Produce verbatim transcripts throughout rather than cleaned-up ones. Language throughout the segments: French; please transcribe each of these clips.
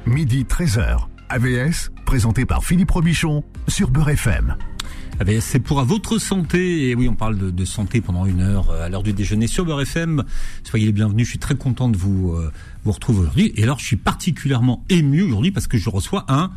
midi treize heures. A V S, présenté par Philippe Robichon sur Beurre F M. A V S, c'est pour votre santé. Et oui, on parle de, de santé pendant une heure à l'heure du déjeuner sur Beurre F M. Soyez les bienvenus. Je suis très content de vous euh, vous retrouver aujourd'hui. Et alors, je suis particulièrement ému aujourd'hui parce que je reçois un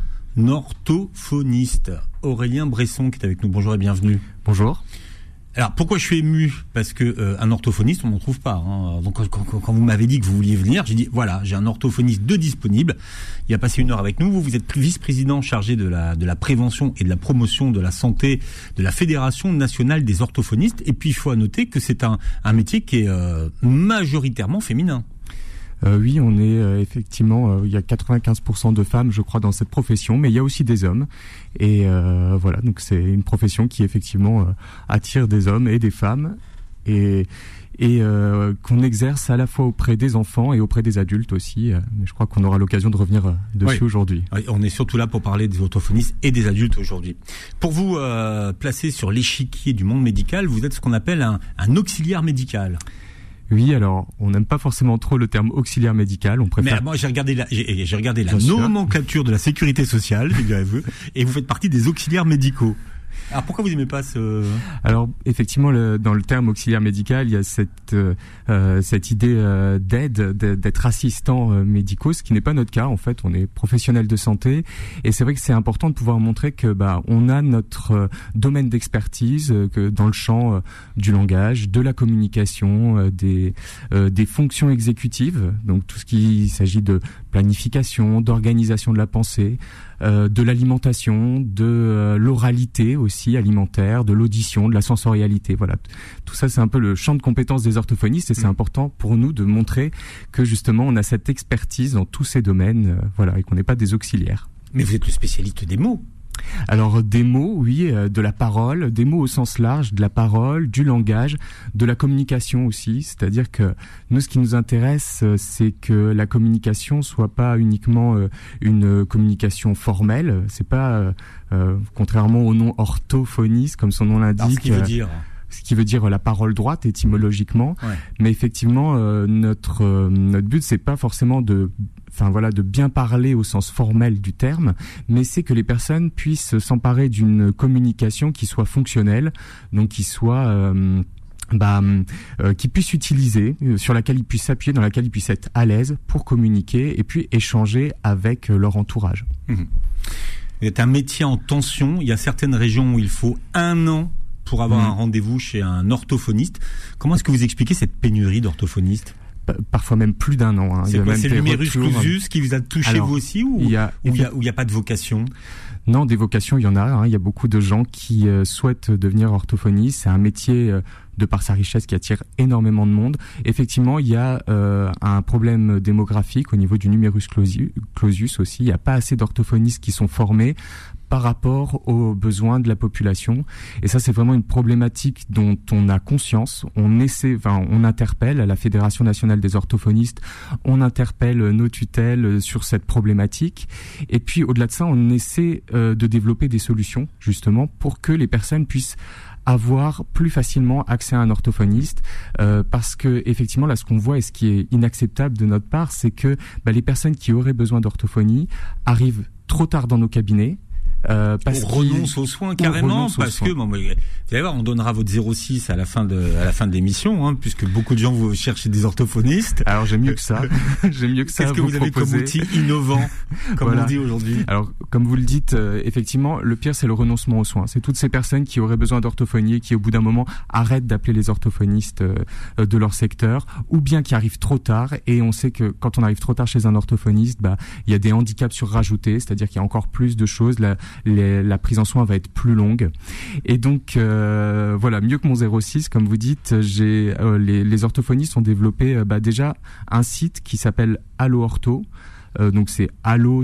orthophoniste, Aurélien Bresson, qui est avec nous. Bonjour et bienvenue. Bonjour. Alors, pourquoi je suis ému ? Parce que euh, un orthophoniste, on n'en trouve pas. Hein. Donc, quand, quand, quand vous m'avez dit que vous vouliez venir, j'ai dit voilà, j'ai un orthophoniste de disponible. Il a passé une heure avec nous. Vous, vous êtes vice-président chargé de la de la prévention et de la promotion de la santé de la Fédération nationale des orthophonistes. Et puis, il faut noter que c'est un un métier qui est euh, majoritairement féminin. Euh, oui, on est euh, effectivement, euh, il y a quatre-vingt-quinze pour cent de femmes, je crois, dans cette profession, mais il y a aussi des hommes. Et euh, voilà, donc c'est une profession qui effectivement euh, attire des hommes et des femmes, et et euh, qu'on exerce à la fois auprès des enfants et auprès des adultes aussi. Euh, mais je crois qu'on aura l'occasion de revenir euh, dessus oui. aujourd'hui. Oui, on est surtout là pour parler des orthophonistes et des adultes aujourd'hui. Pour vous euh, placer sur l'échiquier du monde médical, vous êtes ce qu'on appelle un, un auxiliaire médical. Oui, alors on n'aime pas forcément trop le terme auxiliaire médical. On préfère. Mais moi j'ai regardé la, j'ai, j'ai regardé la nomenclature de la sécurité sociale, figurez-vous, et vous faites partie des auxiliaires médicaux. Alors pourquoi vous aimez pas ce... Alors effectivement, le, dans le terme auxiliaire médical, il y a cette euh, cette idée euh, d'aide, d'être assistant euh, médicaux, ce qui n'est pas notre cas. En fait, on est professionnel de santé, et c'est vrai que c'est important de pouvoir montrer que bah on a notre euh, domaine d'expertise euh, que dans le champ euh, du langage, de la communication, euh, des euh, des fonctions exécutives, donc tout ce qui s'agit de planification, d'organisation de la pensée, euh, de l'alimentation, de euh, l'oralité aussi alimentaire, de l'audition, de la sensorialité. Voilà, tout ça c'est un peu le champ de compétences des orthophonistes, et c'est mmh. important pour nous de montrer que justement on a cette expertise dans tous ces domaines, euh, voilà, et qu'on n'est pas des auxiliaires. Mais vous êtes le spécialiste des mots. Alors des mots, oui, euh, de la parole, des mots au sens large, de la parole, du langage, de la communication aussi. C'est-à-dire que nous, ce qui nous intéresse, euh, c'est que la communication soit pas uniquement euh, une communication formelle. C'est pas, euh, euh, contrairement au nom orthophoniste, comme son nom l'indique. Alors, ce qui veut dire. Ce qui veut dire la parole droite étymologiquement, ouais. Mais effectivement euh, notre euh, notre but c'est pas forcément de, enfin voilà, de bien parler au sens formel du terme, mais c'est que les personnes puissent s'emparer d'une communication qui soit fonctionnelle, donc qui soit euh, bah, euh, qui puissent utiliser, euh, sur laquelle ils puissent s'appuyer, dans laquelle ils puissent être à l'aise pour communiquer et puis échanger avec euh, leur entourage. Mmh. C'est un métier en tension. Il y a certaines régions où il faut un an pour avoir mmh. un rendez-vous chez un orthophoniste. Comment est-ce que vous expliquez cette pénurie d'orthophonistes ? Parfois même plus d'un an. Hein. C'est quoi, c'est le numerus clausus qui vous a touché Alors, vous aussi, ou il y a, ou il y a, ou il y a pas de vocation ? Non, des vocations, il y en a. Hein. Il y a beaucoup de gens qui euh, souhaitent devenir orthophonistes. C'est un métier, euh, de par sa richesse, qui attire énormément de monde. Effectivement, il y a euh, un problème démographique au niveau du numerus clausus aussi. Il n'y a pas assez d'orthophonistes qui sont formés par rapport aux besoins de la population. Et ça, c'est vraiment une problématique dont on a conscience. On essaie, enfin, on interpelle à la Fédération nationale des orthophonistes, on interpelle nos tutelles sur cette problématique. Et puis, au-delà de ça, on essaie euh, de développer des solutions, justement, pour que les personnes puissent avoir plus facilement accès à un orthophoniste, euh, parce que effectivement là ce qu'on voit et ce qui est inacceptable de notre part, c'est que bah, les personnes qui auraient besoin d'orthophonie arrivent trop tard dans nos cabinets. Euh, parce on renonce aux soins carrément, parce que bon, vous allez voir, on donnera votre zéro six à la fin de à la fin de l'émission, hein, puisque beaucoup de gens vous cherchent des orthophonistes. Alors j'ai mieux que ça, j'ai mieux que ça. Qu'est-ce que vous, vous avez proposer. Comme outil innovant, comme voilà. on dit aujourd'hui? Alors comme vous le dites, euh, effectivement, le pire c'est le renoncement aux soins. C'est toutes ces personnes qui auraient besoin d'orthophonie et qui au bout d'un moment arrêtent d'appeler les orthophonistes euh, de leur secteur, ou bien qui arrivent trop tard. Et on sait que quand on arrive trop tard chez un orthophoniste, bah il y a des handicaps surrajoutés, c'est-à-dire qu'il y a encore plus de choses. La, Les, la prise en soin va être plus longue, et donc euh, voilà, mieux que mon zéro six, comme vous dites, j'ai euh, les, les orthophonistes ont développé euh, bah, déjà un site qui s'appelle Allo Ortho. Euh, donc c'est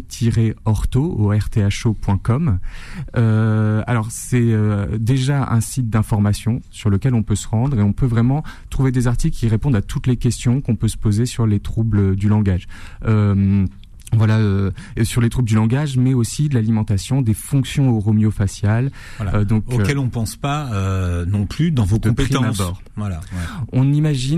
allo-ortho point com. Euh, alors c'est euh, déjà un site d'information sur lequel on peut se rendre, et on peut vraiment trouver des articles qui répondent à toutes les questions qu'on peut se poser sur les troubles du langage. Euh, Voilà, euh, sur les troubles du langage, mais aussi de l'alimentation, des fonctions oromyofaciales, voilà. euh, donc auxquelles euh, on pense pas euh, non plus dans vos compétences. Voilà. Ouais. On imagine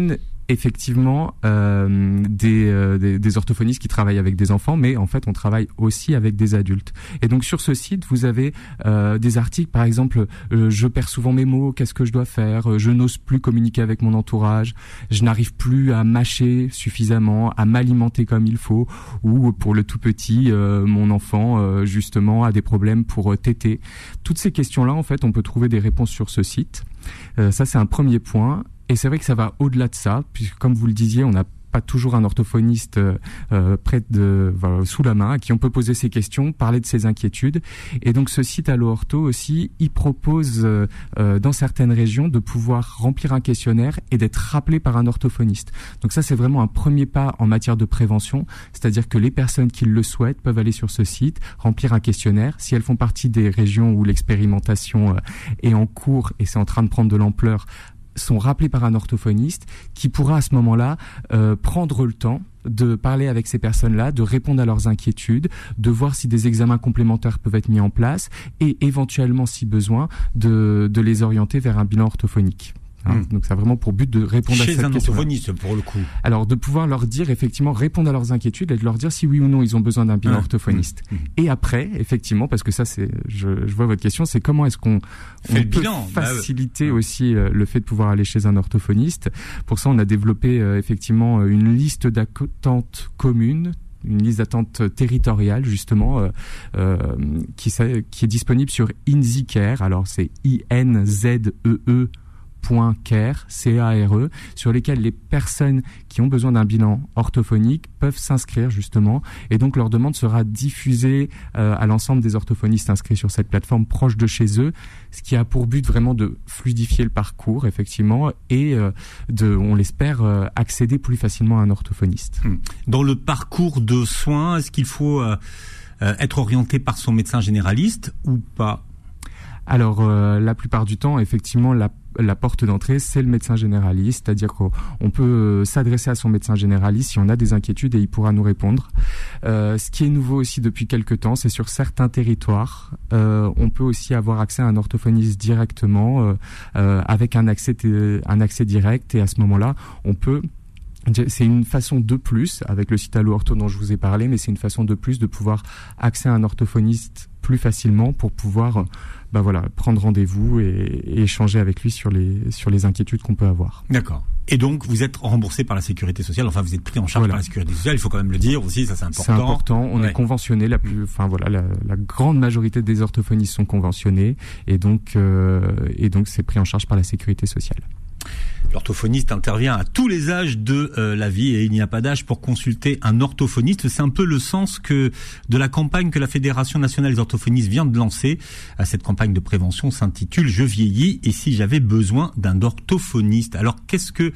effectivement euh, des, euh, des, des orthophonistes qui travaillent avec des enfants, mais en fait on travaille aussi avec des adultes. Et donc sur ce site, vous avez euh, des articles, par exemple, euh, je perds souvent mes mots, qu'est-ce que je dois faire, je n'ose plus communiquer avec mon entourage, je n'arrive plus à mâcher suffisamment, à m'alimenter comme il faut, ou pour le tout petit, euh, mon enfant euh, justement a des problèmes pour euh, téter. Toutes ces questions-là, en fait, on peut trouver des réponses sur ce site. Euh, ça, c'est un premier point. Et c'est vrai que ça va au-delà de ça, puisque comme vous le disiez, on n'a pas toujours un orthophoniste euh, près de, voilà, sous la main, à qui on peut poser ses questions, parler de ses inquiétudes. Et donc ce site Allo Ortho aussi, il propose euh, dans certaines régions de pouvoir remplir un questionnaire et d'être rappelé par un orthophoniste. Donc ça, c'est vraiment un premier pas en matière de prévention, c'est-à-dire que les personnes qui le souhaitent peuvent aller sur ce site, remplir un questionnaire. Si elles font partie des régions où l'expérimentation euh, est en cours et c'est en train de prendre de l'ampleur, sont rappelés par un orthophoniste qui pourra à ce moment-là euh, prendre le temps de parler avec ces personnes-là, de répondre à leurs inquiétudes, de voir si des examens complémentaires peuvent être mis en place et éventuellement, si besoin, de, de les orienter vers un bilan orthophonique. Hein, mmh. Donc ça a vraiment pour but de répondre Chez à cette question. Chez un orthophoniste, pour le coup. Alors de pouvoir leur dire, effectivement, répondre à leurs inquiétudes et de leur dire si oui ou non ils ont besoin d'un bilan mmh. orthophoniste. Mmh. Et après, effectivement, parce que ça c'est, je, je vois votre question, c'est comment est-ce qu'on on peut bilan. faciliter bah, ouais. aussi euh, le fait de pouvoir aller chez un orthophoniste. Pour ça, on a développé euh, effectivement une liste d'attentes communes, une liste d'attente territoriale justement euh, euh, qui, qui est disponible sur InziCare. Alors c'est I N Z E E Point care, C A R E, sur lesquels les personnes qui ont besoin d'un bilan orthophonique peuvent s'inscrire justement, et donc leur demande sera diffusée euh, à l'ensemble des orthophonistes inscrits sur cette plateforme proche de chez eux, ce qui a pour but vraiment de fluidifier le parcours effectivement et euh, de, on l'espère, euh, accéder plus facilement à un orthophoniste. Dans le parcours de soins, est-ce qu'il faut euh, euh, être orienté par son médecin généraliste ou pas ? Alors euh, la plupart du temps, effectivement, la La porte d'entrée, c'est le médecin généraliste, c'est-à-dire qu'on peut s'adresser à son médecin généraliste si on a des inquiétudes et il pourra nous répondre. Euh, ce qui est nouveau aussi depuis quelques temps, c'est sur certains territoires, euh, on peut aussi avoir accès à un orthophoniste directement euh, euh, avec un accès, un accès direct, et à ce moment-là, on peut... C'est une façon de plus, avec le site Allo Ortho dont je vous ai parlé, mais c'est une façon de plus de pouvoir accéder à un orthophoniste plus facilement pour pouvoir bah voilà, prendre rendez-vous et, et échanger avec lui sur les, sur les inquiétudes qu'on peut avoir. D'accord. Et donc, vous êtes remboursé par la Sécurité sociale, enfin vous êtes pris en charge voilà. par la Sécurité sociale, il faut quand même le dire aussi, ça c'est important. C'est important, on ouais. est conventionné, la, plus, enfin, voilà, la, la grande majorité des orthophonistes sont conventionnés, et donc, euh, et donc c'est pris en charge par la Sécurité sociale. L'orthophoniste intervient à tous les âges de euh, la vie et il n'y a pas d'âge pour consulter un orthophoniste. C'est un peu le sens que de la campagne que la Fédération nationale des orthophonistes vient de lancer. Cette campagne de prévention s'intitule « Je vieillis et si j'avais besoin d'un orthophoniste ». Alors qu'est-ce que,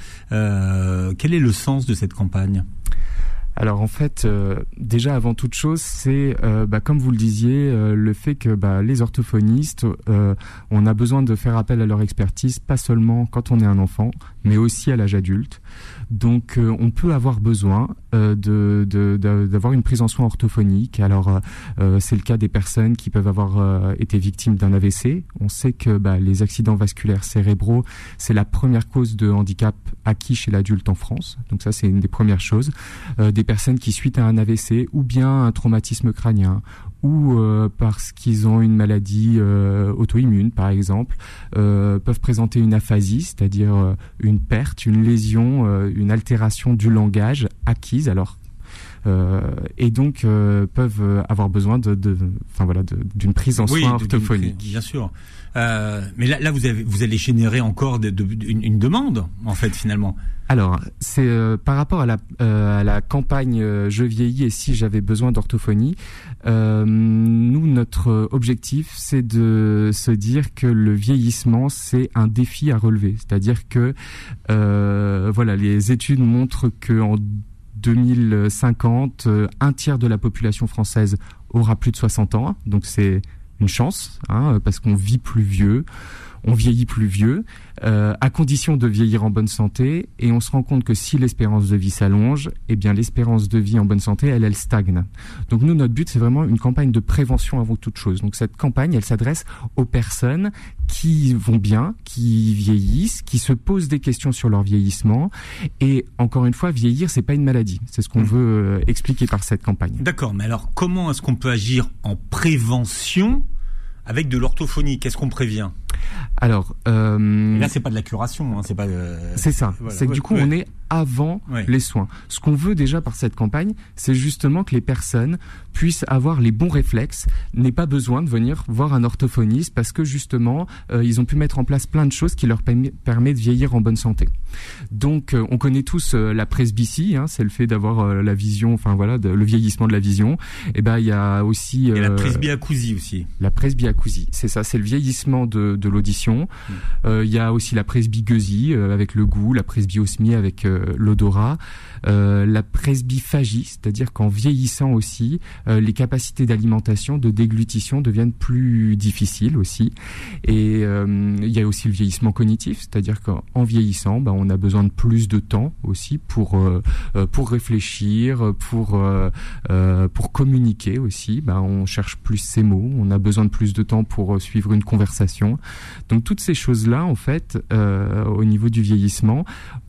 euh, quel est le sens de cette campagne ? Alors en fait, euh, déjà avant toute chose, c'est euh, bah, comme vous le disiez, euh, le fait que bah, les orthophonistes, euh, on a besoin de faire appel à leur expertise, pas seulement quand on est un enfant, mais aussi à l'âge adulte. Donc euh, on peut avoir besoin euh, de, de, de, d'avoir une prise en soin orthophonique. Alors euh, c'est le cas des personnes qui peuvent avoir euh, été victimes d'un A V C. On sait que bah, les accidents vasculaires cérébraux, c'est la première cause de handicap acquis chez l'adulte en France. Donc ça, c'est une des premières choses. Euh, des personnes qui, suite à un A V C ou bien un traumatisme crânien ou euh, parce qu'ils ont une maladie euh, auto-immune, par exemple, euh, peuvent présenter une aphasie, c'est-à-dire euh, une perte, une lésion, euh, une altération du langage acquise. Alors, Euh, et donc euh, peuvent avoir besoin de, de, enfin voilà, de, d'une prise en oui, soin orthophonique. Bien sûr. Euh, mais là, là, vous avez, vous allez générer encore de, de, une, une demande, en fait, finalement. Alors, c'est euh, par rapport à la, euh, à la campagne euh, Je vieillis et si j'avais besoin d'orthophonie. Euh, nous, notre objectif, c'est de se dire que le vieillissement, c'est un défi à relever. C'est-à-dire que, euh, voilà, les études montrent que en deux mille cinquante, un tiers de la population française aura plus de soixante ans, donc c'est une chance, hein, parce qu'on vit plus vieux, on vieillit plus vieux, euh, à condition de vieillir en bonne santé, et on se rend compte que si l'espérance de vie s'allonge, eh bien l'espérance de vie en bonne santé, elle, elle stagne. Donc nous, notre but, c'est vraiment une campagne de prévention avant toute chose. Donc cette campagne, elle s'adresse aux personnes qui vont bien, qui vieillissent, qui se posent des questions sur leur vieillissement. Et encore une fois, vieillir, c'est pas une maladie. C'est ce qu'on mmh. veut euh, expliquer par cette campagne. D'accord, mais alors comment est-ce qu'on peut agir en prévention avec de l'orthophonie? Qu'est-ce qu'on prévient? Alors, euh... là, c'est pas de la curation, hein, c'est pas. Euh... C'est ça. Voilà. C'est que ouais, du coup, ouais. on est avant ouais. les soins. Ce qu'on veut déjà par cette campagne, c'est justement que les personnes puissent avoir les bons réflexes, n'aient pas besoin de venir voir un orthophoniste parce que justement, euh, ils ont pu mettre en place plein de choses qui leur permettent de vieillir en bonne santé. Donc, euh, on connaît tous euh, la presbytie, hein, c'est le fait d'avoir euh, la vision, enfin voilà, de, le vieillissement de la vision. Et ben, il y a aussi euh, et la presbyacousie aussi. La presbyacousie, c'est ça, c'est le vieillissement de, de l'audition. Il mmh. euh, y a aussi la presbygueusie euh, avec le goût, la presbyosmie avec euh, l'odorat, euh, la presbyphagie, c'est-à-dire qu'en vieillissant aussi, euh, les capacités d'alimentation, de déglutition deviennent plus difficiles aussi. Et euh, il y a aussi le vieillissement cognitif, c'est-à-dire qu'en vieillissant, ben, on a besoin de plus de temps aussi pour euh, pour réfléchir, pour euh, euh, pour communiquer aussi. Ben, on cherche plus ses mots, on a besoin de plus de temps pour suivre une conversation. Donc toutes ces choses-là, en fait, euh, au niveau du vieillissement,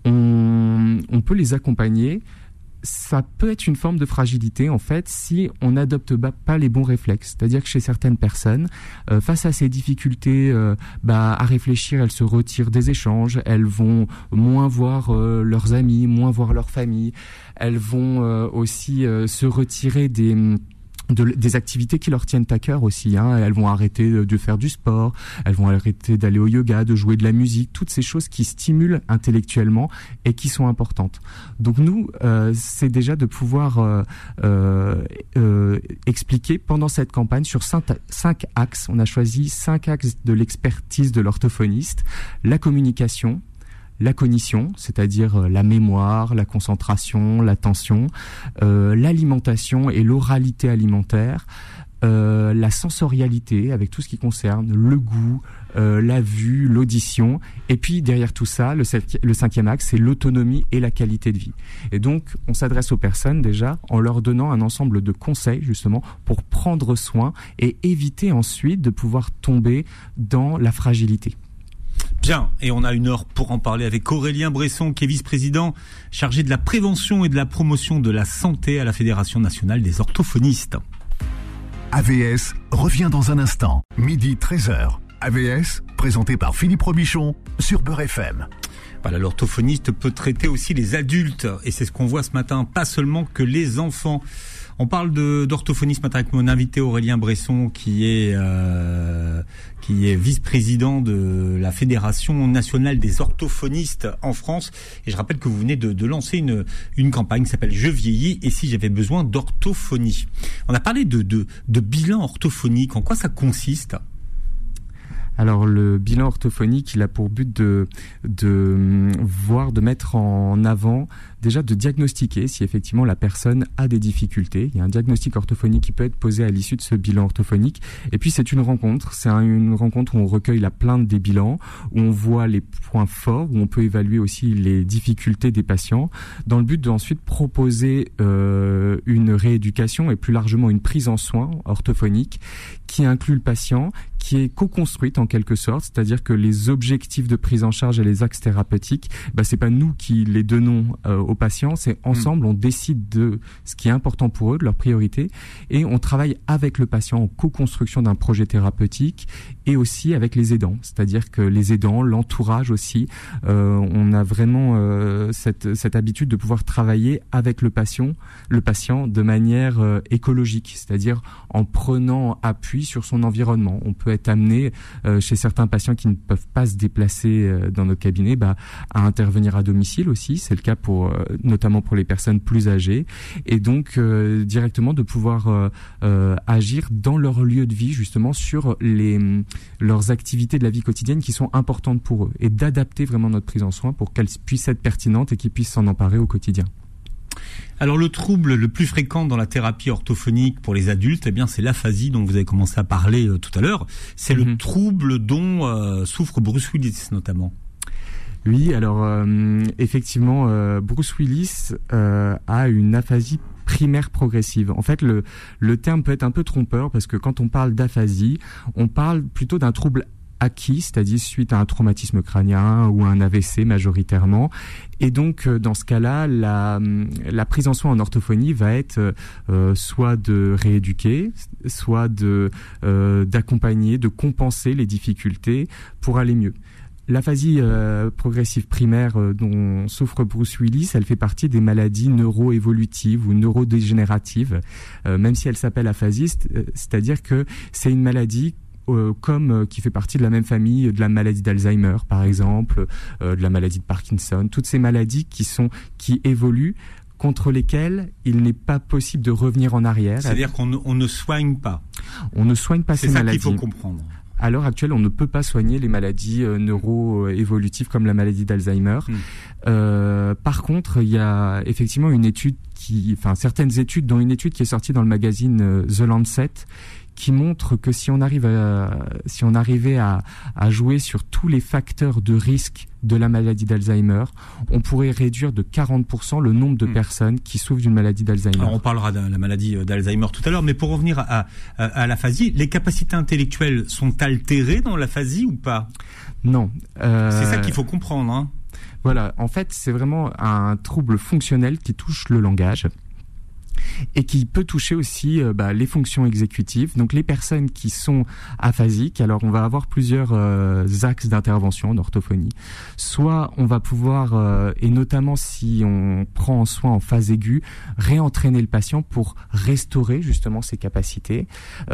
on, on peut les accompagner. Ça peut être une forme de fragilité, en fait, si on n'adopte pas les bons réflexes. C'est-à-dire que chez certaines personnes, euh, face à ces difficultés euh, bah, à réfléchir, elles se retirent des échanges, elles vont moins voir euh, leurs amis, moins voir leur famille, elles vont euh, aussi euh, se retirer des... De, des activités qui leur tiennent à cœur aussi, hein. Elles vont arrêter de, de faire du sport, elles vont arrêter d'aller au yoga, de jouer de la musique, toutes ces choses qui stimulent intellectuellement et qui sont importantes. Donc nous, euh, c'est déjà de pouvoir euh, euh, euh, expliquer pendant cette campagne sur cinq, cinq axes. On a choisi cinq axes de l'expertise de l'orthophoniste: la communication, la cognition, c'est-à-dire la mémoire, la concentration, l'attention, euh, l'alimentation et l'oralité alimentaire, euh, la sensorialité avec tout ce qui concerne le goût, euh, la vue, l'audition, et puis derrière tout ça, le, le cinquième axe, c'est l'autonomie et la qualité de vie. Et donc, on s'adresse aux personnes déjà en leur donnant un ensemble de conseils justement pour prendre soin et éviter ensuite de pouvoir tomber dans la fragilité. Bien, et on a une heure pour en parler avec Aurélien Bresson, qui est vice-président chargé de la prévention et de la promotion de la santé à la Fédération nationale des orthophonistes. A V S revient dans un instant, midi treize heures. A V S, présenté par Philippe Robichon sur Beurre F M. Voilà, l'orthophoniste peut traiter aussi les adultes, et c'est ce qu'on voit ce matin, pas seulement que les enfants. On parle de, d'orthophonie ce matin avec mon invité Aurélien Bresson, qui est euh, qui est vice-président de la Fédération nationale des orthophonistes en France. Et je rappelle que vous venez de, de lancer une une campagne qui s'appelle Je vieillis et si j'avais besoin d'orthophonie. On a parlé de de, de bilan orthophonique. En quoi ça consiste ? Alors le bilan orthophonique, il a pour but de de voir, de mettre en avant, déjà de diagnostiquer si effectivement la personne a des difficultés. Il y a un diagnostic orthophonique qui peut être posé à l'issue de ce bilan orthophonique. Et puis c'est une rencontre, c'est un, une rencontre où on recueille la plainte des bilans, où on voit les points forts, où on peut évaluer aussi les difficultés des patients, dans le but d'ensuite proposer euh, une rééducation et plus largement une prise en soin orthophonique qui inclut le patient, qui est co-construite en quelque sorte, c'est-à-dire que les objectifs de prise en charge et les axes thérapeutiques, bah, c'est pas nous qui les donnons euh, aux patients, c'est ensemble, mmh. on décide de ce qui est important pour eux, de leurs priorités, et on travaille avec le patient en co-construction d'un projet thérapeutique et aussi avec les aidants, c'est-à-dire que les aidants, l'entourage aussi, euh, on a vraiment euh, cette, cette habitude de pouvoir travailler avec le patient, le patient de manière euh, écologique, c'est-à-dire en prenant appui sur son environnement. On peut être amené euh, chez certains patients qui ne peuvent pas se déplacer euh, dans notre cabinet, bah, à intervenir à domicile aussi. C'est le cas pour euh, notamment pour les personnes plus âgées, et donc euh, directement de pouvoir euh, euh, agir dans leur lieu de vie justement sur les leurs activités de la vie quotidienne qui sont importantes pour eux, et d'adapter vraiment notre prise en soin pour qu'elle puisse être pertinente et qu'ils puissent s'en emparer au quotidien. Alors le trouble le plus fréquent dans la thérapie orthophonique pour les adultes, eh bien c'est l'aphasie dont vous avez commencé à parler euh, tout à l'heure. C'est mm-hmm. le trouble dont euh, souffre Bruce Willis notamment. Oui, alors euh, effectivement, euh, Bruce Willis euh, a une aphasie primaire progressive. En fait, le, le terme peut être un peu trompeur parce que quand on parle d'aphasie, on parle plutôt d'un trouble acquis, c'est-à-dire suite à un traumatisme crânien ou un A V C majoritairement. Et donc, dans ce cas-là, la, la prise en soin en orthophonie va être euh, soit de rééduquer, soit de euh, d'accompagner, de compenser les difficultés pour aller mieux. L'aphasie euh, progressive primaire euh, dont souffre Bruce Willis, elle fait partie des maladies neuroévolutives ou neurodégénératives, euh, même si elle s'appelle aphasie, c'est-à-dire que c'est une maladie euh, comme euh, qui fait partie de la même famille de la maladie d'Alzheimer, par exemple, euh, de la maladie de Parkinson, toutes ces maladies qui sont qui évoluent, contre lesquelles il n'est pas possible de revenir en arrière. C'est-à-dire qu'on ne, on ne soigne pas. On ne soigne pas c'est ces maladies. C'est ça qu'il faut comprendre. À l'heure actuelle, on ne peut pas soigner les maladies euh, neuro-évolutives comme la maladie d'Alzheimer. Mmh. Euh, par contre, il y a effectivement une étude qui, enfin certaines études, dont une étude qui est sortie dans le magazine euh, The Lancet, qui montre que si on arrive à, si on arrivait à, à jouer sur tous les facteurs de risque de la maladie d'Alzheimer, on pourrait réduire de quarante pour cent le nombre de mmh. personnes qui souffrent d'une maladie d'Alzheimer. Alors on parlera de la maladie d'Alzheimer tout à l'heure, mais pour revenir à, à, à l'aphasie, les capacités intellectuelles sont altérées dans l'aphasie ou pas ? Non. Euh... C'est ça qu'il faut comprendre. Hein. Voilà, en fait, c'est vraiment un trouble fonctionnel qui touche le langage et qui peut toucher aussi euh, bah, les fonctions exécutives. Donc les personnes qui sont aphasiques, alors on va avoir plusieurs euh, axes d'intervention en orthophonie. Soit on va pouvoir, euh, et notamment si on prend en soin en phase aiguë, réentraîner le patient pour restaurer justement ses capacités.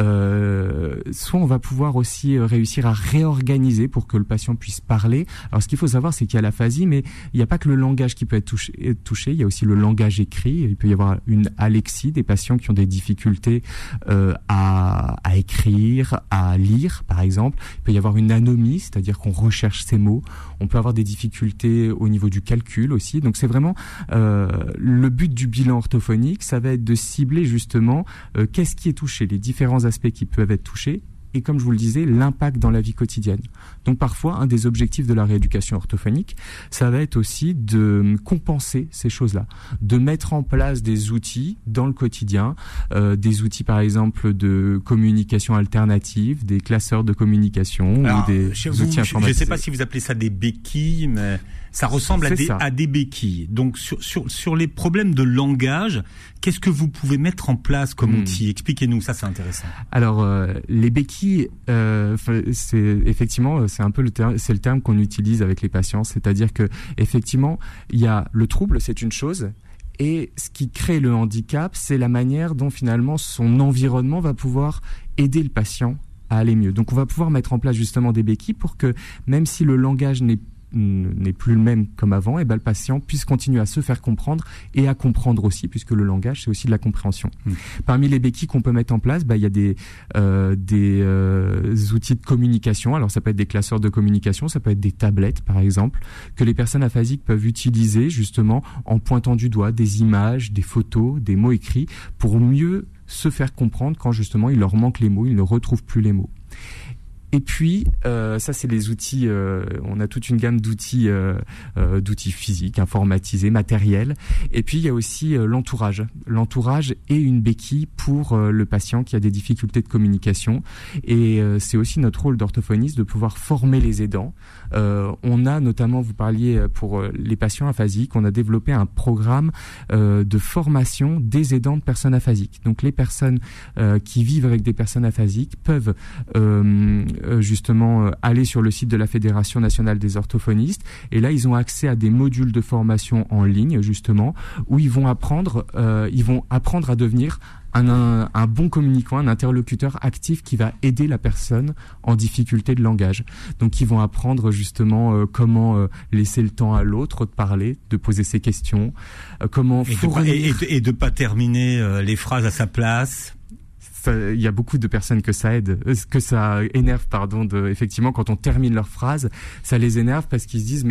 Euh, soit on va pouvoir aussi réussir à réorganiser pour que le patient puisse parler. Alors ce qu'il faut savoir, c'est qu'il y a l'aphasie, mais il n'y a pas que le langage qui peut être touché, être touché, il y a aussi le langage écrit. Il peut y avoir une alexie, des patients qui ont des difficultés euh, à, à écrire, à lire, par exemple. Il peut y avoir une anomie, c'est-à-dire qu'on recherche ces mots. On peut avoir des difficultés au niveau du calcul aussi. Donc c'est vraiment euh, le but du bilan orthophonique, ça va être de cibler justement euh, qu'est-ce qui est touché, les différents aspects qui peuvent être touchés. Et comme je vous le disais, l'impact dans la vie quotidienne. Donc parfois, un des objectifs de la rééducation orthophonique, ça va être aussi de compenser ces choses-là, de mettre en place des outils dans le quotidien, euh, des outils par exemple de communication alternative, des classeurs de communication. Alors, ou des vous, outils informatisés. Je ne sais pas si vous appelez ça des béquilles, mais ça ressemble à des, à des béquilles. Donc sur, sur, sur les problèmes de langage, qu'est-ce que vous pouvez mettre en place comme mmh. outil ? Expliquez-nous, ça c'est intéressant. Alors euh, les béquilles, euh, c'est effectivement c'est un peu le terme, c'est le terme qu'on utilise avec les patients, c'est-à-dire que effectivement il y a le trouble, c'est une chose. Et ce qui crée le handicap, c'est la manière dont finalement son environnement va pouvoir aider le patient à aller mieux. Donc on va pouvoir mettre en place justement des béquilles pour que même si le langage n'est n'est plus le même comme avant, et ben le patient puisse continuer à se faire comprendre et à comprendre aussi, puisque le langage c'est aussi de la compréhension. Mmh. Parmi les béquilles qu'on peut mettre en place, ben il y a des euh, des euh, outils de communication. Alors ça peut être des classeurs de communication, ça peut être des tablettes par exemple, que les personnes aphasiques peuvent utiliser justement en pointant du doigt des images, des photos, des mots écrits pour mieux se faire comprendre quand justement il leur manque les mots, ils ne retrouvent plus les mots. Et puis, euh, ça c'est les outils, euh, on a toute une gamme d'outils, euh, euh, d'outils physiques, informatisés, matériels. Et puis il y a aussi euh, l'entourage. L'entourage est une béquille pour euh, le patient qui a des difficultés de communication. Et euh, c'est aussi notre rôle d'orthophoniste de pouvoir former les aidants. Euh, on a notamment, vous parliez pour les patients aphasiques, on a développé un programme euh, de formation des aidants de personnes aphasiques. Donc les personnes euh, qui vivent avec des personnes aphasiques peuvent euh, justement euh, aller sur le site de la Fédération nationale des orthophonistes et là ils ont accès à des modules de formation en ligne justement où ils vont apprendre euh, ils vont apprendre à devenir un, un, un bon communicant, un interlocuteur actif qui va aider la personne en difficulté de langage. Donc ils vont apprendre justement euh, comment euh, laisser le temps à l'autre de parler, de poser ses questions, euh, comment et fournir... de pas, et, et de pas terminer euh, les phrases à sa place. Il y a beaucoup de personnes que ça aide, que ça énerve, pardon, de, effectivement, quand on termine leur phrase, ça les énerve parce qu'ils se disent, mais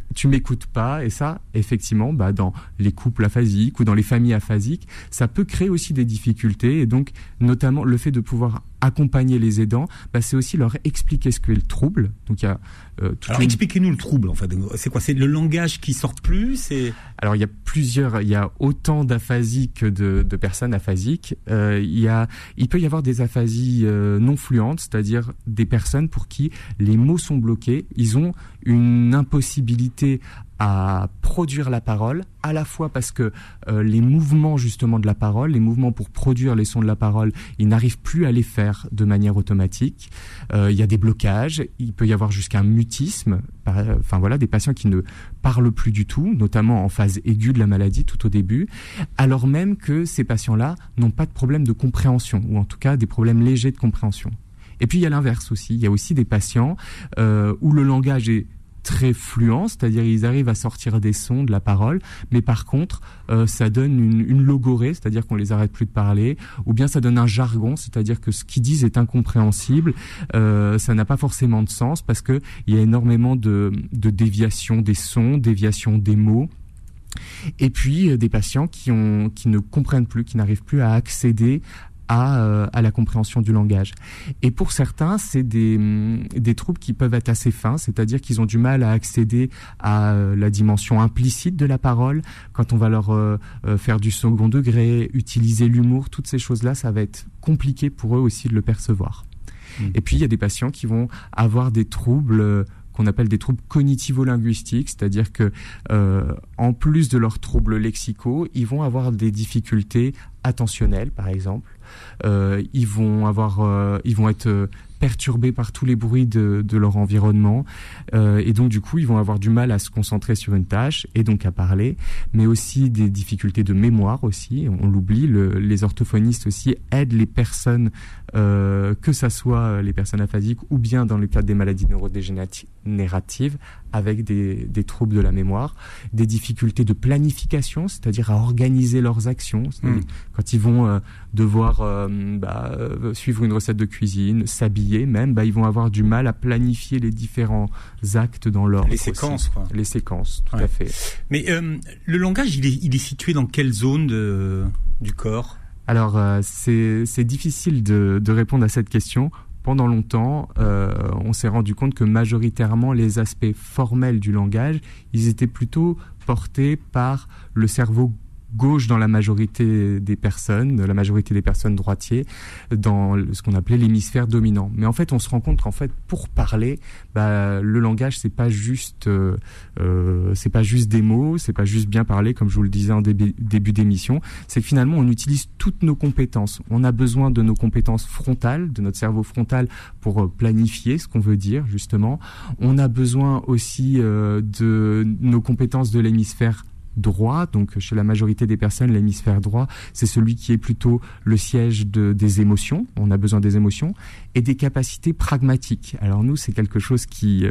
tu m'écoutes pas, et ça, effectivement, bah, dans les couples aphasiques ou dans les familles aphasiques, ça peut créer aussi des difficultés, et donc, notamment, le fait de pouvoir accompagner les aidants, bah, c'est aussi leur expliquer ce qu'est le trouble. Donc, il y a, euh, Alors, une... expliquez-nous le trouble, en fait. C'est quoi? C'est le langage qui sort plus? C'est... Alors, il y a plusieurs, il y a autant d'aphasiques que de, de personnes aphasiques. Euh, il y a, il peut y avoir des aphasies euh, non fluentes, c'est-à-dire des personnes pour qui les mots sont bloqués. Ils ont une impossibilité à produire la parole, à la fois parce que euh, les mouvements justement de la parole, les mouvements pour produire les sons de la parole, ils n'arrivent plus à les faire de manière automatique. Euh, il y a des blocages, il peut y avoir jusqu'à un mutisme, euh, enfin voilà, des patients qui ne parlent plus du tout, notamment en phase aiguë de la maladie tout au début, alors même que ces patients-là n'ont pas de problème de compréhension, ou en tout cas des problèmes légers de compréhension. Et puis il y a l'inverse aussi, il y a aussi des patients euh, où le langage est très fluent, c'est-à-dire ils arrivent à sortir des sons de la parole, mais par contre euh, ça donne une, une logorée, c'est-à-dire qu'on les arrête plus de parler, ou bien ça donne un jargon, c'est-à-dire que ce qu'ils disent est incompréhensible, euh, ça n'a pas forcément de sens parce que il y a énormément de, de déviations des sons, déviations des mots. Et puis euh, des patients qui ont qui ne comprennent plus, qui n'arrivent plus à accéder À, euh, à la compréhension du langage. Et pour certains, c'est des, des troubles qui peuvent être assez fins, c'est-à-dire qu'ils ont du mal à accéder à euh, la dimension implicite de la parole. Quand on va leur euh, euh, faire du second degré, utiliser l'humour, toutes ces choses-là, ça va être compliqué pour eux aussi de le percevoir. Mmh. Et puis, il y a des patients qui vont avoir des troubles euh, qu'on appelle des troubles cognitivo-linguistiques, c'est-à-dire que euh, en plus de leurs troubles lexicaux, ils vont avoir des difficultés attentionnelles, par exemple. Euh, ils vont avoir, euh, ils vont être euh, perturbés par tous les bruits de, de leur environnement, euh, et donc du coup, ils vont avoir du mal à se concentrer sur une tâche et donc à parler, mais aussi des difficultés de mémoire aussi. On l'oublie, le, les orthophonistes aussi aident les personnes, euh, que ça soit les personnes aphasiques ou bien dans le cadre des maladies neurodégénératives, avec des, des troubles de la mémoire, des difficultés de planification, c'est-à-dire à organiser leurs actions. Mmh. Quand ils vont euh, devoir euh, bah, euh, suivre une recette de cuisine, s'habiller même, bah, ils vont avoir du mal à planifier les différents actes dans l'ordre. Les séquences, quoi. Les séquences, tout ouais. à fait. Mais euh, le langage, il est, il est situé dans quelle zone de, du corps ? Alors, euh, c'est, c'est difficile de, de répondre à cette question. Pendant longtemps, euh, on s'est rendu compte que majoritairement, les aspects formels du langage, ils étaient plutôt portés par le cerveau gauche dans la majorité des personnes, la majorité des personnes droitiers, dans ce qu'on appelait l'hémisphère dominant. Mais en fait, on se rend compte qu'en fait, pour parler, bah, le langage, c'est pas juste, euh, euh, c'est pas juste des mots, c'est pas juste bien parler, comme je vous le disais en début, début d'émission. C'est que finalement, on utilise toutes nos compétences. On a besoin de nos compétences frontales, de notre cerveau frontal, pour planifier ce qu'on veut dire, justement. On a besoin aussi euh, de nos compétences de l'hémisphère droit, donc chez la majorité des personnes, l'hémisphère droit, c'est celui qui est plutôt le siège de, des émotions. On a besoin des émotions et des capacités pragmatiques. Alors nous, c'est quelque chose qui,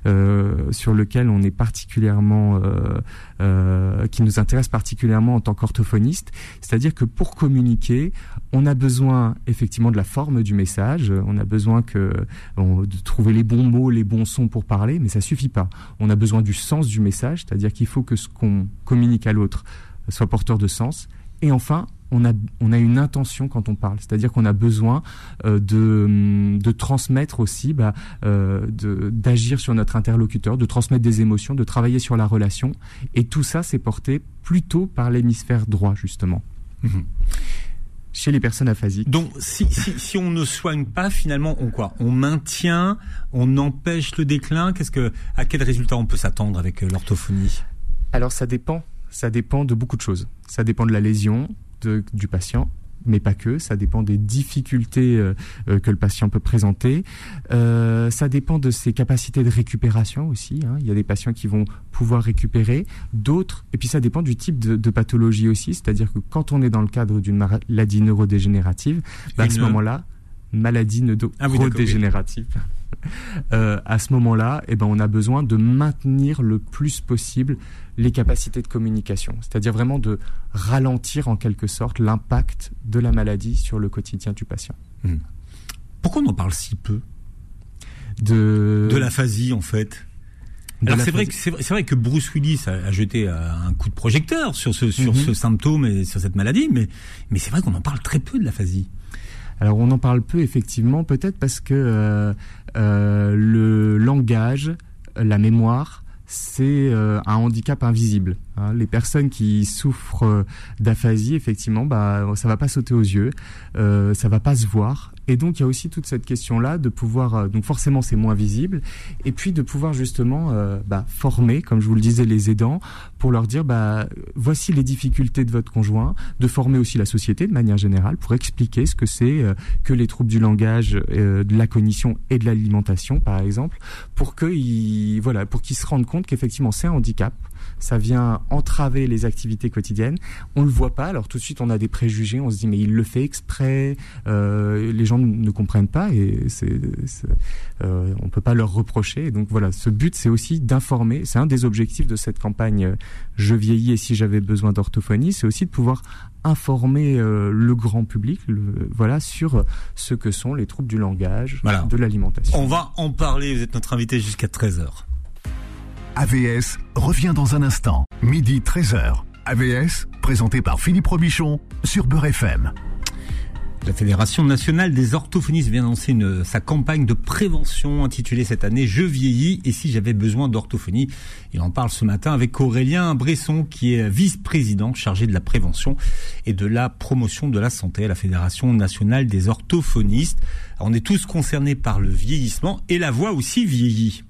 euh, sur lequel on est particulièrement, euh, euh, qui nous intéresse particulièrement en tant qu'orthophoniste. C'est-à-dire que pour communiquer, on a besoin effectivement de la forme du message. On a besoin que on, de trouver les bons mots, les bons sons pour parler, mais ça suffit pas. On a besoin du sens du message, c'est-à-dire qu'il faut que ce qu'on communique à l'autre soit porteur de sens. Et enfin, on a, on a une intention quand on parle, c'est-à-dire qu'on a besoin euh, de, de transmettre aussi, bah, euh, de, d'agir sur notre interlocuteur, de transmettre des émotions, de travailler sur la relation. Et tout ça, c'est porté plutôt par l'hémisphère droit, justement. Mmh. Chez les personnes aphasiques. Donc, si, si, si on ne soigne pas, finalement, on quoi ? On maintient, on empêche le déclin. Qu'est-ce que, à quel résultat on peut s'attendre avec l'orthophonie ? Alors ça dépend, ça dépend de beaucoup de choses. Ça dépend de la lésion de, du patient, mais pas que. Ça dépend des difficultés euh, euh, que le patient peut présenter. Euh, ça dépend de ses capacités de récupération aussi. Hein. Il y a des patients qui vont pouvoir récupérer, d'autres. Et puis ça dépend du type de, de pathologie aussi. C'est-à-dire que quand on est dans le cadre d'une maladie neurodégénérative, bah, à ce moment-là, maladie neurodégénérative. Ah oui, Euh, à ce moment-là, eh ben, on a besoin de maintenir le plus possible les capacités de communication. C'est-à-dire vraiment de ralentir en quelque sorte l'impact de la maladie sur le quotidien du patient. Mmh. Pourquoi on en parle si peu de... de l'aphasie, en fait ? Alors c'est vrai, que, c'est, c'est vrai que Bruce Willis a, a jeté un coup de projecteur sur ce, sur mm-hmm. ce symptôme et sur cette maladie, mais, mais c'est vrai qu'on en parle très peu de l'aphasie. Alors on en parle peu effectivement, peut-être parce que euh, euh, le langage, la mémoire, c'est euh, un handicap invisible. Hein. Les personnes qui souffrent d'aphasie, effectivement, bah ça va pas sauter aux yeux, euh, ça va pas se voir. Et donc il y a aussi toute cette question-là de pouvoir, euh, donc forcément c'est moins visible, et puis de pouvoir justement euh, bah, former, comme je vous le disais, les aidants, pour leur dire bah voici les difficultés de votre conjoint, de former aussi la société de manière générale pour expliquer ce que c'est euh, que les troubles du langage, euh, de la cognition et de l'alimentation par exemple, pour qu'ils voilà, pour qu'ils se rendent compte qu'effectivement c'est un handicap. Ça vient entraver les activités quotidiennes. On le voit pas, alors tout de suite on a des préjugés, on se dit mais il le fait exprès, euh, les gens ne comprennent pas et c'est, c'est, euh, on peut pas leur reprocher. Et donc voilà, ce but c'est aussi d'informer, c'est un des objectifs de cette campagne euh, Je vieillis et si j'avais besoin d'orthophonie, c'est aussi de pouvoir informer euh, le grand public le, voilà, sur ce que sont les troubles du langage, voilà. de l'alimentation. On va en parler, vous êtes notre invité jusqu'à treize heures. A V S revient dans un instant, midi treize heures. A V S, présenté par Philippe Robichon sur Beurre F M. La Fédération nationale des orthophonistes vient lancer une, sa campagne de prévention intitulée cette année « Je vieillis et si j'avais besoin d'orthophonie ». Il en parle ce matin avec Aurélien Bresson qui est vice-président chargé de la prévention et de la promotion de la santé à la Fédération nationale des orthophonistes. Alors, on est tous concernés par le vieillissement et la voix aussi vieillit.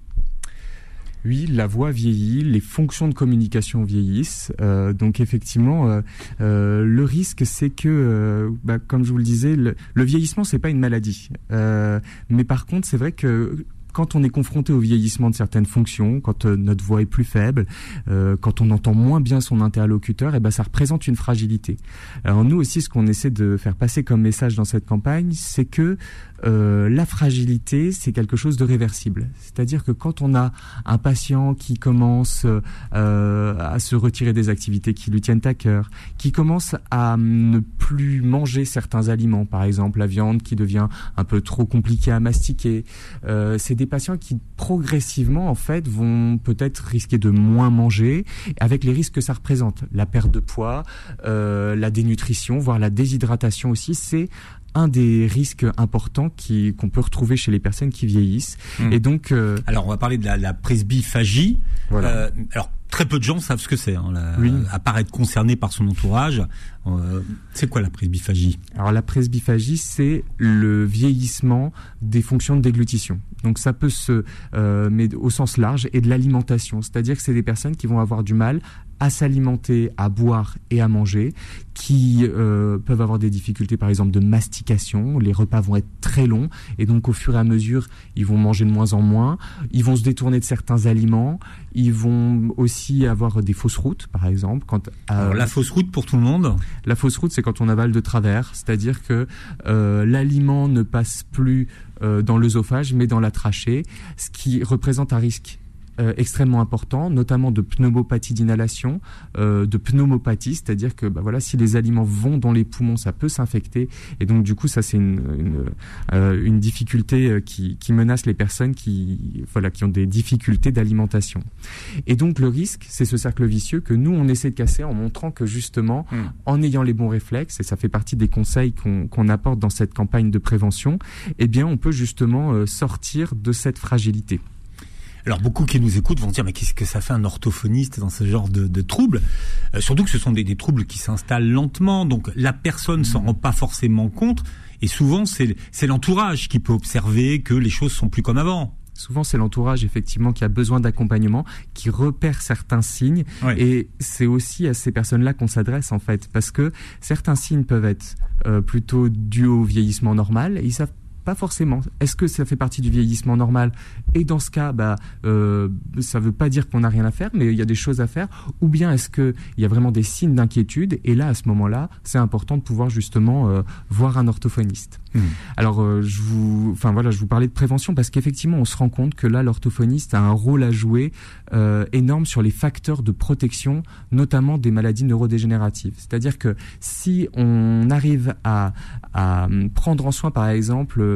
Oui, la voix vieillit, les fonctions de communication vieillissent. Euh, donc effectivement, euh, euh, le risque, c'est que, euh, bah, comme je vous le disais, le, le vieillissement, c'est pas une maladie. Euh, mais par contre, c'est vrai que quand on est confronté au vieillissement de certaines fonctions, quand euh, notre voix est plus faible, euh, quand on entend moins bien son interlocuteur, et ben ça représente une fragilité. Alors nous aussi, ce qu'on essaie de faire passer comme message dans cette campagne, c'est que euh, la fragilité, c'est quelque chose de réversible. C'est-à-dire que quand on a un patient qui commence euh, à se retirer des activités qui lui tiennent à cœur, qui commence à ne plus manger certains aliments, par exemple la viande qui devient un peu trop compliquée à mastiquer, euh, c'est des patients qui progressivement en fait vont peut-être risquer de moins manger avec les risques que ça représente, la perte de poids, euh, la dénutrition, voire la déshydratation aussi, c'est un des risques importants qui, qu'on peut retrouver chez les personnes qui vieillissent. Mmh. Et donc, euh... alors on va parler de la, la presbyphagie. Voilà. Euh, alors très peu de gens savent ce que c'est, hein, la, oui. à part être concerné par son entourage. Euh, c'est quoi la presbyphagie ? Alors la presbyphagie, c'est le vieillissement des fonctions de déglutition. Donc ça peut se, euh, mais au sens large, et de l'alimentation. C'est-à-dire que c'est des personnes qui vont avoir du mal à s'alimenter, à boire et à manger, qui euh, peuvent avoir des difficultés par exemple de mastication, les repas vont être très longs et donc au fur et à mesure ils vont manger de moins en moins, ils vont se détourner de certains aliments, ils vont aussi avoir des fausses routes par exemple. Quand, euh, Alors la fausse route pour tout le monde ? La fausse route c'est quand on avale de travers, c'est-à-dire que euh, l'aliment ne passe plus euh, dans l'œsophage mais dans la trachée, ce qui représente un risque Euh, extrêmement important, notamment de pneumopathie d'inhalation, euh, de pneumopathie, c'est-à-dire que bah, voilà, si les aliments vont dans les poumons, ça peut s'infecter, et donc du coup ça c'est une une, euh, une difficulté qui, qui menace les personnes qui voilà qui ont des difficultés d'alimentation. Et donc le risque, c'est ce cercle vicieux que nous on essaie de casser en montrant que justement, mmh. en ayant les bons réflexes, et ça fait partie des conseils qu'on, qu'on apporte dans cette campagne de prévention, eh bien on peut justement euh, sortir de cette fragilité. Alors beaucoup qui nous écoutent vont dire mais qu'est-ce que ça fait un orthophoniste dans ce genre de, de troubles, euh, surtout que ce sont des, des troubles qui s'installent lentement, donc la personne s'en rend pas forcément compte et souvent c'est, c'est l'entourage qui peut observer que les choses sont plus comme avant. Souvent, c'est l'entourage, effectivement, qui a besoin d'accompagnement, qui repère certains signes. Oui. Et c'est aussi à ces personnes-là qu'on s'adresse, en fait. Parce que certains signes peuvent être euh, plutôt dus au vieillissement normal et ils savent pas forcément. Est-ce que ça fait partie du vieillissement normal ? Et dans ce cas, bah, euh, ça veut pas dire qu'on n'a rien à faire, mais il y a des choses à faire. Ou bien est-ce que il y a vraiment des signes d'inquiétude ? Et là, à ce moment-là, c'est important de pouvoir justement euh, voir un orthophoniste. Mmh. Alors, euh, je vous, enfin voilà, je vous parlais de prévention parce qu'effectivement, on se rend compte que là, l'orthophoniste a un rôle à jouer euh, énorme sur les facteurs de protection, notamment des maladies neurodégénératives. C'est-à-dire que si on arrive à, à prendre en soin, par exemple,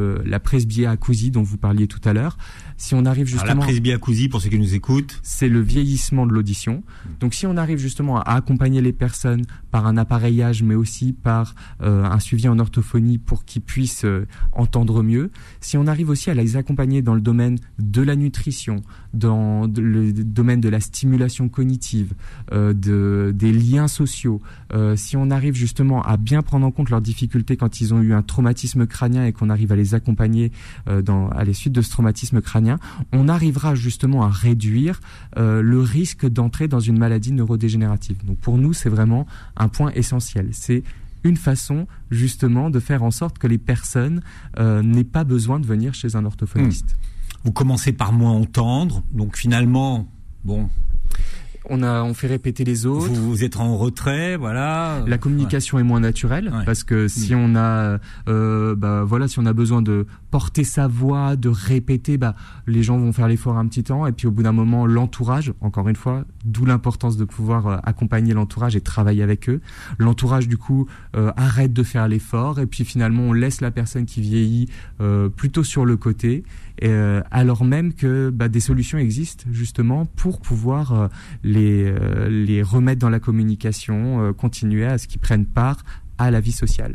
le, la presbyacousie dont vous parliez tout à l'heure. Si on arrive justement... Alors la presbyacousie, pour ceux qui nous écoutent, c'est le vieillissement de l'audition. Donc si on arrive justement à accompagner les personnes par un appareillage, mais aussi par euh, un suivi en orthophonie pour qu'ils puissent euh, entendre mieux, si on arrive aussi à les accompagner dans le domaine de la nutrition, dans le domaine de la stimulation cognitive, euh, de, des liens sociaux, euh, si on arrive justement à bien prendre en compte leurs difficultés quand ils ont eu un traumatisme crânien et qu'on arrive à les accompagner euh, dans, à la suite de ce traumatisme crânien, on arrivera justement à réduire euh, le risque d'entrer dans une maladie neurodégénérative. Donc pour nous, c'est vraiment un point essentiel. C'est une façon justement de faire en sorte que les personnes euh, n'aient pas besoin de venir chez un orthophoniste. Mmh. Vous commencez par moins entendre, donc finalement, bon... On a, on fait répéter les autres. Vous, vous êtes en retrait, voilà. La communication ouais. est moins naturelle ouais. parce que si mmh. on a, euh, bah voilà, si on a besoin de porter sa voix, de répéter, bah les gens vont faire l'effort un petit temps et puis au bout d'un moment, l'entourage, encore une fois, d'où l'importance de pouvoir euh, accompagner l'entourage et travailler avec eux. L'entourage du coup euh, arrête de faire l'effort et puis finalement on laisse la personne qui vieillit euh, plutôt sur le côté. Euh, alors même que bah, des solutions existent justement pour pouvoir euh, les, euh, les remettre dans la communication, euh, continuer à ce qu'ils prennent part à la vie sociale.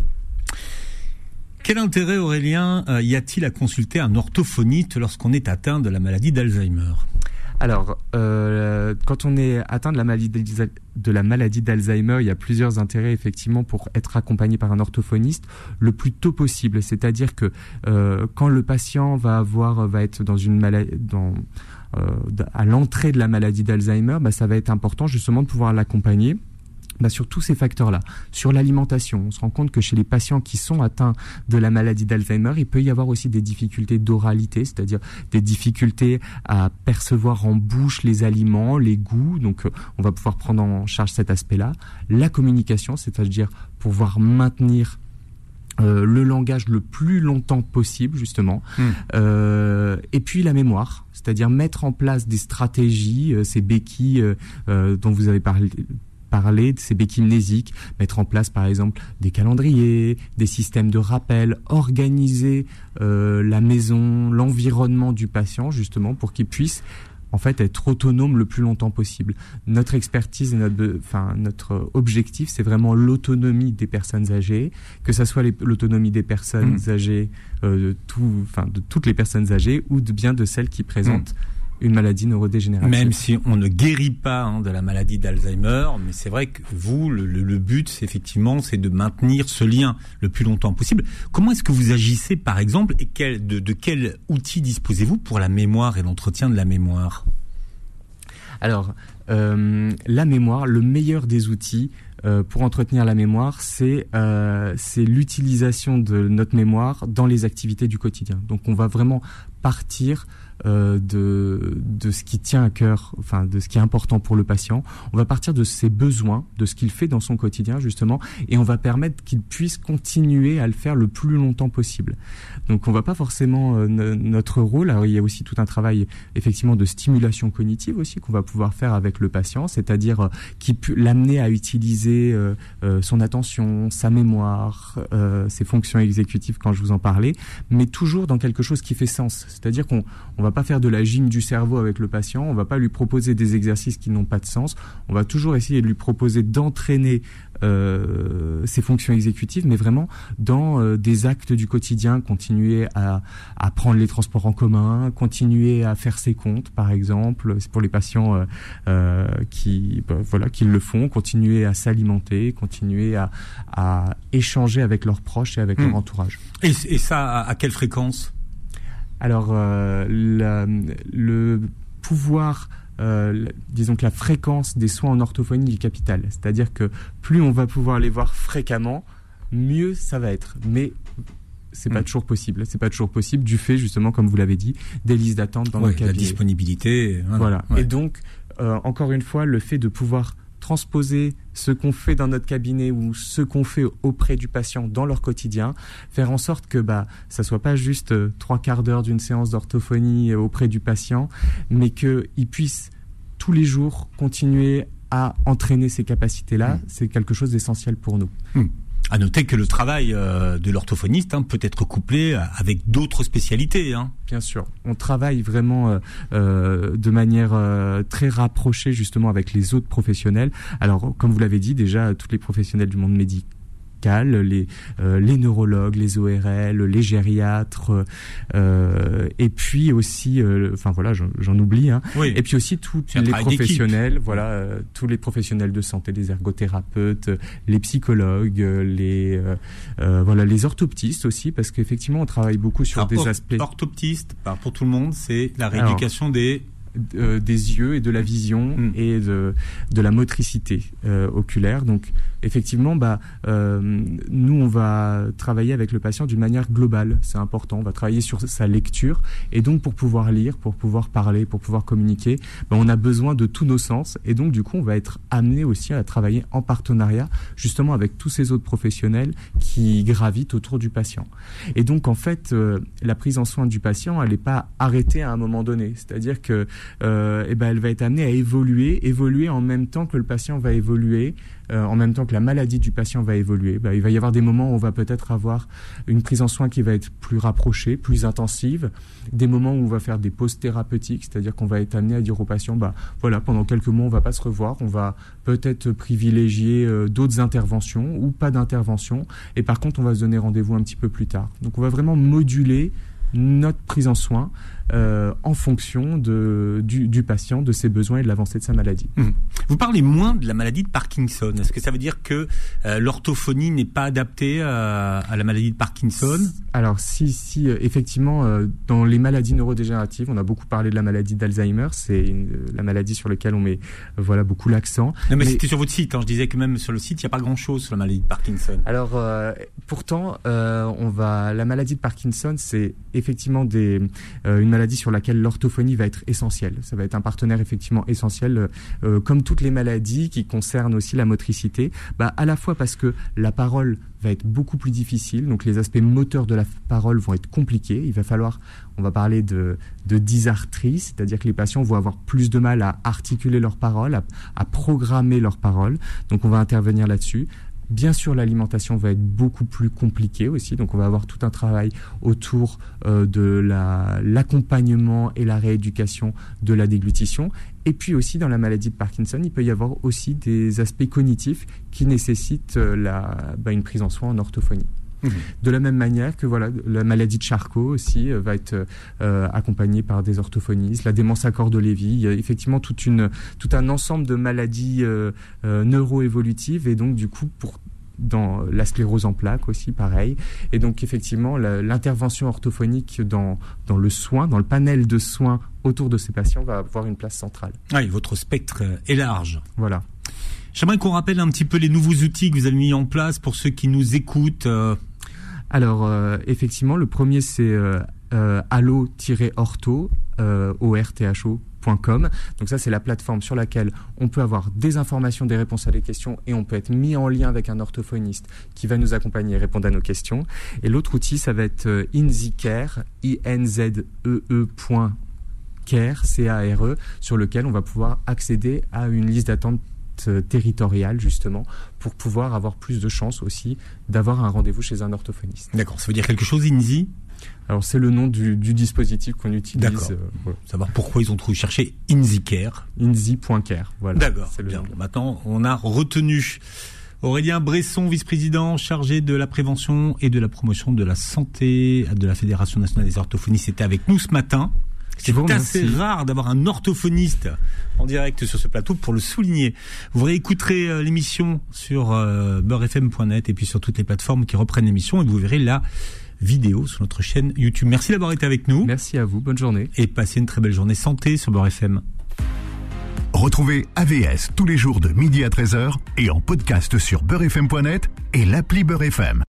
Quel intérêt, Aurélien, euh, y a-t-il à consulter un orthophoniste lorsqu'on est atteint de la maladie d'Alzheimer ? Alors, euh, quand on est atteint de la maladie de la maladie d'Alzheimer, il y a plusieurs intérêts effectivement pour être accompagné par un orthophoniste le plus tôt possible. C'est-à-dire que euh, quand le patient va avoir, va être dans une maladie, dans euh, à l'entrée de la maladie d'Alzheimer, bah, ça va être important justement de pouvoir l'accompagner. Bah sur tous ces facteurs-là, sur l'alimentation, on se rend compte que chez les patients qui sont atteints de la maladie d'Alzheimer, il peut y avoir aussi des difficultés d'oralité, c'est-à-dire des difficultés à percevoir en bouche les aliments, les goûts, donc on va pouvoir prendre en charge cet aspect-là. La communication, c'est-à-dire pouvoir maintenir Euh, le langage le plus longtemps possible justement mmh. euh, et puis la mémoire, c'est-à-dire mettre en place des stratégies, euh, ces béquilles euh, euh, dont vous avez parlé parler de ces béquilles mnésiques, mettre en place par exemple des calendriers, des systèmes de rappel, organiser euh, la maison, l'environnement du patient justement pour qu'il puisse en fait être autonome le plus longtemps possible. Notre expertise et notre, enfin, notre objectif, c'est vraiment l'autonomie des personnes âgées, que ça soit les, l'autonomie des personnes mmh. âgées, euh, de, tout, enfin, de toutes les personnes âgées ou de bien de celles qui présentent mmh. une maladie neurodégénérative. Même si on ne guérit pas hein, de la maladie d'Alzheimer, mais c'est vrai que vous, le, le, le but, c'est effectivement, c'est de maintenir ce lien le plus longtemps possible. Comment est-ce que vous agissez, par exemple, et quel, de, de quel outil disposez-vous pour la mémoire et l'entretien de la mémoire ? Alors, euh, la mémoire, le meilleur des outils euh, pour entretenir la mémoire, c'est euh, c'est l'utilisation de notre mémoire dans les activités du quotidien. Donc, on va vraiment partir Euh, de de ce qui tient à cœur, enfin de ce qui est important pour le patient. On va partir de ses besoins, de ce qu'il fait dans son quotidien justement, et on va permettre qu'il puisse continuer à le faire le plus longtemps possible. Donc on va pas forcément euh, ne, notre rôle. Alors il y a aussi tout un travail effectivement de stimulation cognitive aussi qu'on va pouvoir faire avec le patient, c'est-à-dire euh, qui peut l'amener à utiliser euh, euh, son attention, sa mémoire, euh, ses fonctions exécutives quand je vous en parlais, mais toujours dans quelque chose qui fait sens. C'est-à-dire qu'on on va pas faire de la gym du cerveau avec le patient, on va pas lui proposer des exercices qui n'ont pas de sens, on va toujours essayer de lui proposer d'entraîner euh, ses fonctions exécutives, mais vraiment dans euh, des actes du quotidien, continuer à, à prendre les transports en commun, continuer à faire ses comptes, par exemple, c'est pour les patients euh, euh, qui, bah, voilà, qui le font, continuer à s'alimenter, continuer à, à échanger avec leurs proches et avec mmh. leur entourage. Et, et ça, à quelle fréquence ? Alors, euh, la, le pouvoir, euh, disons que la fréquence des soins en orthophonie est capitale. C'est-à-dire que plus on va pouvoir les voir fréquemment, mieux ça va être. Mais c'est mmh. pas toujours possible. C'est pas toujours possible du fait, justement, comme vous l'avez dit, des listes d'attente dans ouais, le cabinet. La disponibilité. Voilà. voilà. Ouais. Et donc, euh, encore une fois, le fait de pouvoir transposer ce qu'on fait dans notre cabinet ou ce qu'on fait auprès du patient dans leur quotidien, faire en sorte que bah ça soit pas juste euh, trois quarts d'heure d'une séance d'orthophonie auprès du patient, mais qu'il puisse tous les jours continuer à entraîner ces capacités-là, mmh. c'est quelque chose d'essentiel pour nous. Mmh. À noter que le travail euh, de l'orthophoniste hein, peut être couplé avec d'autres spécialités. Hein. Bien sûr, on travaille vraiment euh, euh, de manière euh, très rapprochée justement avec les autres professionnels. Alors, comme vous l'avez dit, déjà, tous les professionnels du monde médical, les euh, les neurologues, les O R L, les gériatres, euh, et puis aussi, euh, enfin voilà, j'en, j'en oublie, hein. Oui. Et puis aussi tous les professionnels, voilà, euh, tous les professionnels de santé, les ergothérapeutes, les psychologues, les euh, euh, voilà, les orthoptistes aussi, parce qu'effectivement, on travaille beaucoup sur Alors, des or- aspects. Orthoptiste, pour tout le monde, c'est la rééducation Alors, des Euh, des yeux et de la vision mmh. et de de la motricité euh, oculaire. Donc effectivement, bah euh, nous on va travailler avec le patient d'une manière globale. C'est important. On va travailler sur sa lecture et donc pour pouvoir lire, pour pouvoir parler, pour pouvoir communiquer, bah, on a besoin de tous nos sens et donc du coup on va être amené aussi à travailler en partenariat justement avec tous ces autres professionnels qui gravitent autour du patient. Et donc en fait euh, la prise en soin du patient, elle n'est pas arrêtée à un moment donné. C'est-à-dire que Euh, et ben elle va être amenée à évoluer, évoluer en même temps que le patient va évoluer, euh, en même temps que la maladie du patient va évoluer. Ben, il va y avoir des moments où on va peut-être avoir une prise en soin qui va être plus rapprochée, plus intensive, des moments où on va faire des pauses thérapeutiques, c'est-à-dire qu'on va être amené à dire au patient, bah voilà, pendant quelques mois on va pas se revoir, on va peut-être privilégier euh, d'autres interventions ou pas d'intervention, et par contre on va se donner rendez-vous un petit peu plus tard. Donc on va vraiment moduler notre prise en soin euh, en fonction de, du, du patient, de ses besoins et de l'avancée de sa maladie. Mmh. Vous parlez moins de la maladie de Parkinson. Est-ce que ça veut dire que euh, l'orthophonie n'est pas adaptée à, à la maladie de Parkinson ? Alors si, si effectivement, euh, dans les maladies neurodégénératives, on a beaucoup parlé de la maladie d'Alzheimer, c'est une, la maladie sur laquelle on met euh, voilà, beaucoup l'accent. Non mais, mais c'était sur votre site, hein. Je disais que même sur le site, il n'y a pas grand-chose sur la maladie de Parkinson. Alors euh, pourtant, euh, on va, la maladie de Parkinson, c'est effectivement des, euh, une maladie sur laquelle l'orthophonie va être essentielle. Ça va être un partenaire effectivement essentiel, euh, comme toutes les maladies qui concernent aussi la motricité, bah, à la fois parce que la parole va être beaucoup plus difficile, donc les aspects moteurs de la parole vont être compliqués. Il va falloir, on va parler de, de dysarthrie, c'est-à-dire que les patients vont avoir plus de mal à articuler leurs paroles, à, à programmer leurs paroles, donc on va intervenir là-dessus. Bien sûr, l'alimentation va être beaucoup plus compliquée aussi, donc on va avoir tout un travail autour euh, de la, l'accompagnement et la rééducation de la déglutition. Et puis aussi, dans la maladie de Parkinson, il peut y avoir aussi des aspects cognitifs qui nécessitent euh, la, bah, une prise en soin en orthophonie. Mmh. De la même manière que voilà, la maladie de Charcot aussi euh, va être euh, accompagnée par des orthophonistes, la démence à corps de Lévy, il y a effectivement toute une, tout un ensemble de maladies euh, euh, neuroévolutives et donc du coup pour dans la sclérose en plaques aussi, pareil. Et donc effectivement, la, l'intervention orthophonique dans, dans le soin, dans le panel de soins autour de ces patients va avoir une place centrale. Ah, et votre spectre est large. Voilà. J'aimerais qu'on rappelle un petit peu les nouveaux outils que vous avez mis en place pour ceux qui nous écoutent. Euh... Alors, euh, effectivement, le premier, c'est euh, euh, allo-ortho, euh, O R T H O point com. Donc ça, c'est la plateforme sur laquelle on peut avoir des informations, des réponses à des questions et on peut être mis en lien avec un orthophoniste qui va nous accompagner et répondre à nos questions. Et l'autre outil, ça va être euh, InZeCare, I N Z E E point care, C A R E, sur lequel on va pouvoir accéder à une liste d'attente territoriale justement pour pouvoir avoir plus de chances aussi d'avoir un rendez-vous chez un orthophoniste. D'accord, ça veut dire quelque chose, INZI ? Alors c'est le nom du, du dispositif qu'on utilise. D'accord. Euh, voilà. Savoir pourquoi ils ont trouvé chercher InZeCare. INZI point care, voilà. D'accord, c'est le bien. nom. Maintenant, on a retenu Aurélien Bresson, vice-président chargé de la prévention et de la promotion de la santé de la Fédération nationale des orthophonistes. C'était avec nous ce matin. C'est assez rare d'avoir un orthophoniste en direct sur ce plateau, pour le souligner. Vous réécouterez euh, l'émission sur euh, beurre f m point net et puis sur toutes les plateformes qui reprennent l'émission et vous verrez la vidéo sur notre chaîne YouTube. Merci d'avoir été avec nous. Merci à vous, bonne journée. Et passez une très belle journée santé sur Beurre F M. Retrouvez A V S tous les jours de midi à treize heures et en podcast sur beurre f m point net et l'appli Beurre F M.